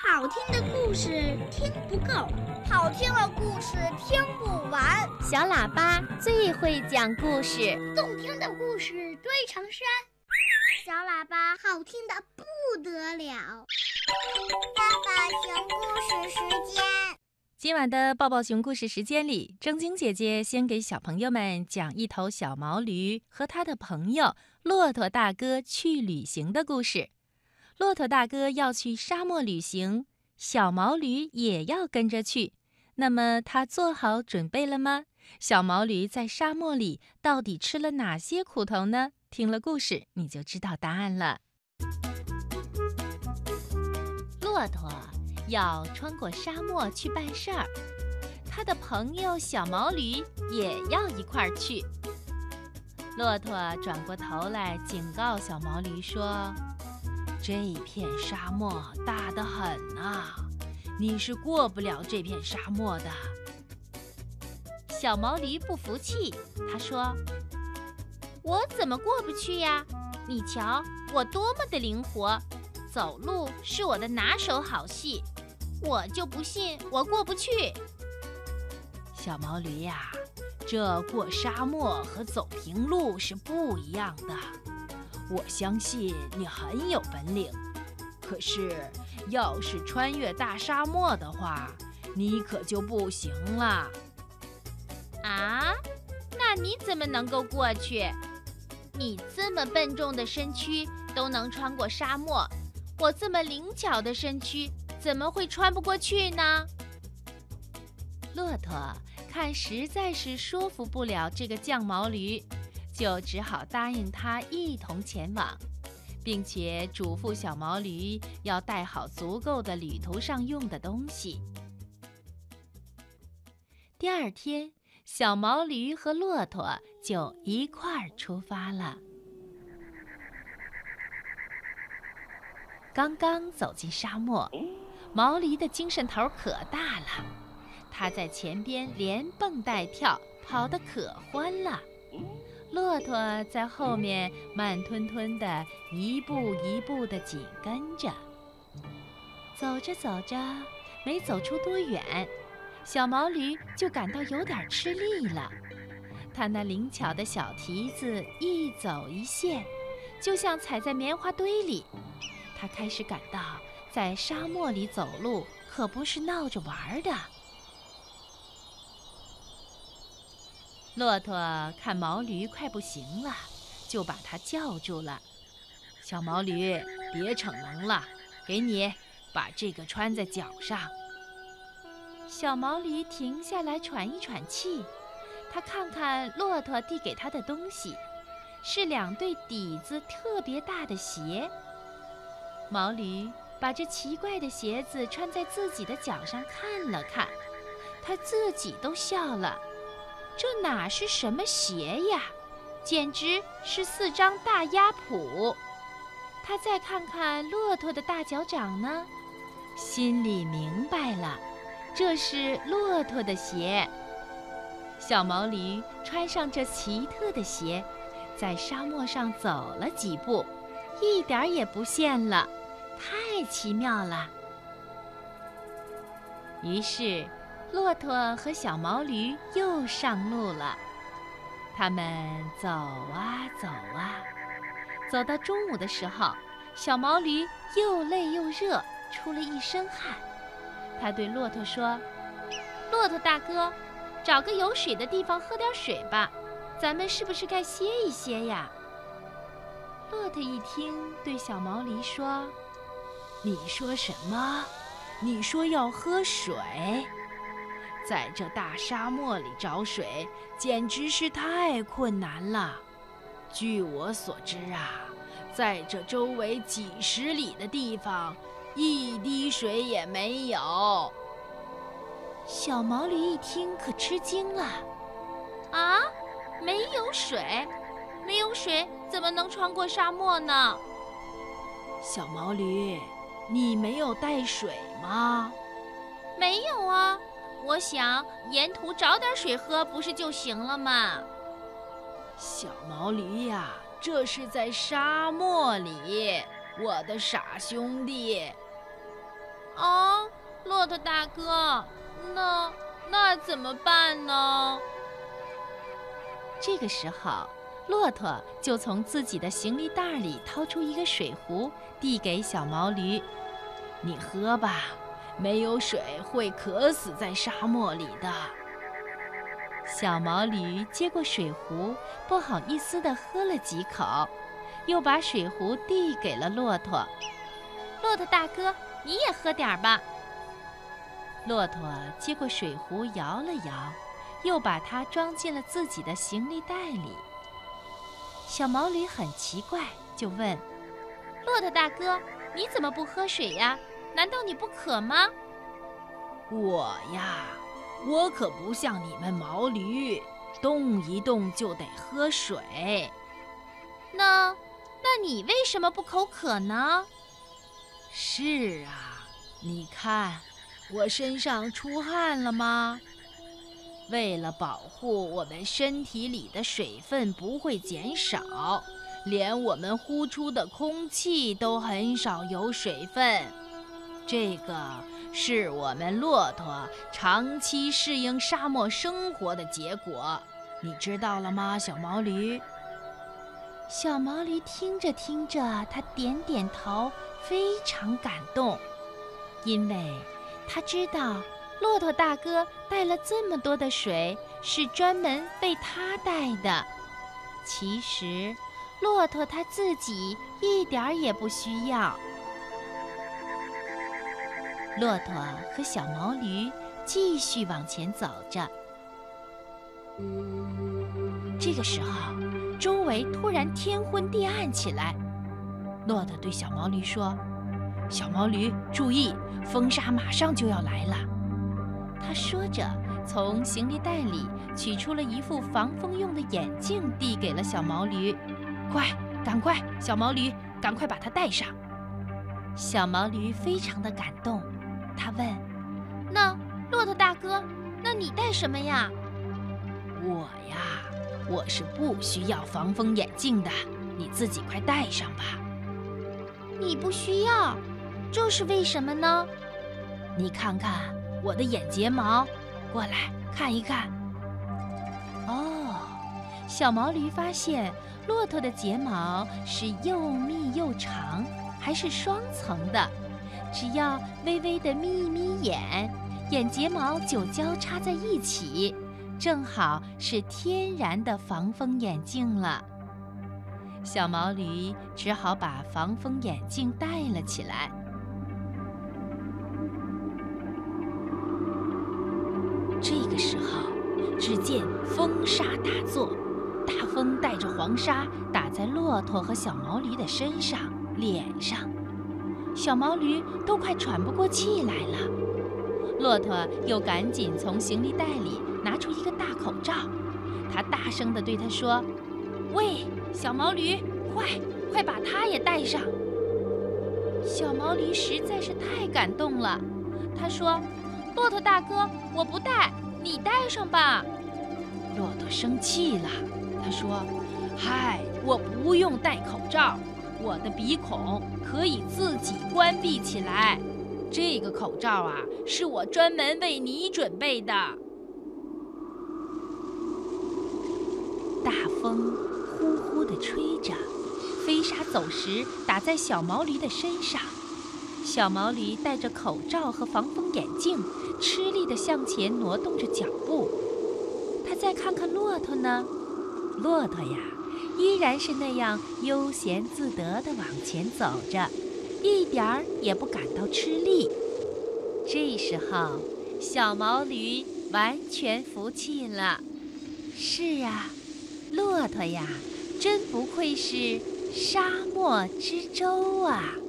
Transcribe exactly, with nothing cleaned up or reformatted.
好听的故事听不够， 好听的故事听不完。 小喇叭最会讲故事， 动听的故事堆成山。 小喇叭好听的不得了。 爸爸熊故事时间。 今晚的抱抱熊故事时间里，正晶姐姐先给小朋友们讲一头小毛驴和他的朋友骆驼大哥去旅行的故事。骆驼大哥要去沙漠旅行，小毛驴也要跟着去。那么他做好准备了吗？小毛驴在沙漠里到底吃了哪些苦头呢？听了故事你就知道答案了。骆驼要穿过沙漠去办事儿，他的朋友小毛驴也要一块儿去。骆驼转过头来警告小毛驴说：这片沙漠大得很啊，你是过不了这片沙漠的。小毛驴不服气，他说：我怎么过不去呀？你瞧我多么的灵活，走路是我的拿手好戏，我就不信我过不去。小毛驴呀，这过沙漠和走平路是不一样的。我相信你很有本领，可是要是穿越大沙漠的话，你可就不行了。啊？那你怎么能够过去？你这么笨重的身躯都能穿过沙漠，我这么灵巧的身躯怎么会穿不过去呢？骆驼看实在是说服不了这个犟毛驴，就只好答应他一同前往，并且嘱咐小毛驴要带好足够的旅途上用的东西。第二天，小毛驴和骆驼就一块儿出发了。刚刚走进沙漠，毛驴的精神头可大了，他在前边连蹦带跳，跑得可欢了。骆驼在后面慢吞吞地一步一步地紧跟着。走着走着，没走出多远，小毛驴就感到有点吃力了。它那灵巧的小蹄子一走一陷，就像踩在棉花堆里。它开始感到在沙漠里走路可不是闹着玩的。骆驼看毛驴快不行了，就把它叫住了。小毛驴，别逞能了，给你，把这个穿在脚上。小毛驴停下来喘一喘气，他看看骆驼递给他的东西，是两对底子特别大的鞋。毛驴把这奇怪的鞋子穿在自己的脚上看了看，他自己都笑了。这哪是什么鞋呀，简直是四张大鸭蹼。他再看看骆驼的大脚掌呢，心里明白了，这是骆驼的鞋。小毛驴穿上这奇特的鞋，在沙漠上走了几步，一点也不陷了，太奇妙了。于是骆驼和小毛驴又上路了。他们走啊走啊，走到中午的时候，小毛驴又累又热，出了一身汗。他对骆驼说：骆驼大哥，找个有水的地方喝点水吧，咱们是不是该歇一歇呀？骆驼一听，对小毛驴说：你说什么？你说要喝水？在这大沙漠里找水，简直是太困难了。据我所知啊，在这周围几十里的地方，一滴水也没有。小毛驴一听可吃惊了，啊，没有水？没有水怎么能穿过沙漠呢？小毛驴，你没有带水吗？没有啊，我想沿途找点水喝不是就行了吗？小毛驴呀，这是在沙漠里，我的傻兄弟。哦， 骆驼大哥，那那怎么办呢？这个时候，骆驼就从自己的行李袋里掏出一个水壶，递给小毛驴：“你喝吧，没有水会渴死在沙漠里的。”小毛驴接过水壶，不好意思地喝了几口，又把水壶递给了骆驼：“ 骆驼大哥，你也喝点吧。” 骆驼接过水壶，摇了摇，又把它装进了自己的行李袋里。小毛驴很奇怪，就问：“ 骆驼大哥，你怎么不喝水呀？难道你不渴吗？”“ 我呀，我可不像你们毛驴，动一动就得喝水。”“ 那，那你为什么不口渴呢？”“ 是啊，你看，我身上出汗了吗？为了保护我们身体里的水分不会减少，连我们呼出的空气都很少有水分。这个是我们骆驼长期适应沙漠生活的结果，你知道了吗，小毛驴？” 小毛驴听着听着，他点点头，非常感动，因为他知道骆驼大哥带了这么多的水是专门为他带的。其实，骆驼他自己一点儿也不需要。骆驼和小毛驴继续往前走着。这个时候，周围突然天昏地暗起来。骆驼对小毛驴说：“小毛驴，注意，风沙马上就要来了。”他说着，从行李袋里取出了一副防风用的眼镜，递给了小毛驴：“快，赶快，小毛驴，赶快把它戴上。”小毛驴非常的感动，他问：“那骆驼大哥，那你戴什么呀？”“ 我呀，我是不需要防风眼镜的，你自己快戴上吧。”“ 你不需要，这是为什么呢？”“ 你看看我的眼睫毛，过来看一看。”哦，小毛驴发现骆驼的睫毛是又密又长，还是双层的，只要微微的眯一眯眼，眼睫毛就交叉在一起，正好是天然的防风眼镜了。小毛驴只好把防风眼镜戴了起来。这个时候，只见风沙大作，大风带着黄沙打在骆驼和小毛驴的身上、脸上，小毛驴都快喘不过气来了。骆驼又赶紧从行李袋里拿出一个大口罩，他大声地对他说：“喂，小毛驴，快快把它也戴上！”小毛驴实在是太感动了，他说：“骆驼大哥，我不戴，你戴上吧。”骆驼生气了，他说：“嗨，我不用戴口罩，我的鼻孔可以自己关闭起来。这个口罩啊，是我专门为你准备的。”大风呼呼地吹着，飞沙走石打在小毛驴的身上。小毛驴戴着口罩和防风眼镜，吃力地向前挪动着脚步。他再看看骆驼呢，骆驼呀，依然是那样悠闲自得地往前走着，一点儿也不感到吃力。这时候，小毛驴完全服气了。是啊，骆驼呀，真不愧是沙漠之舟啊！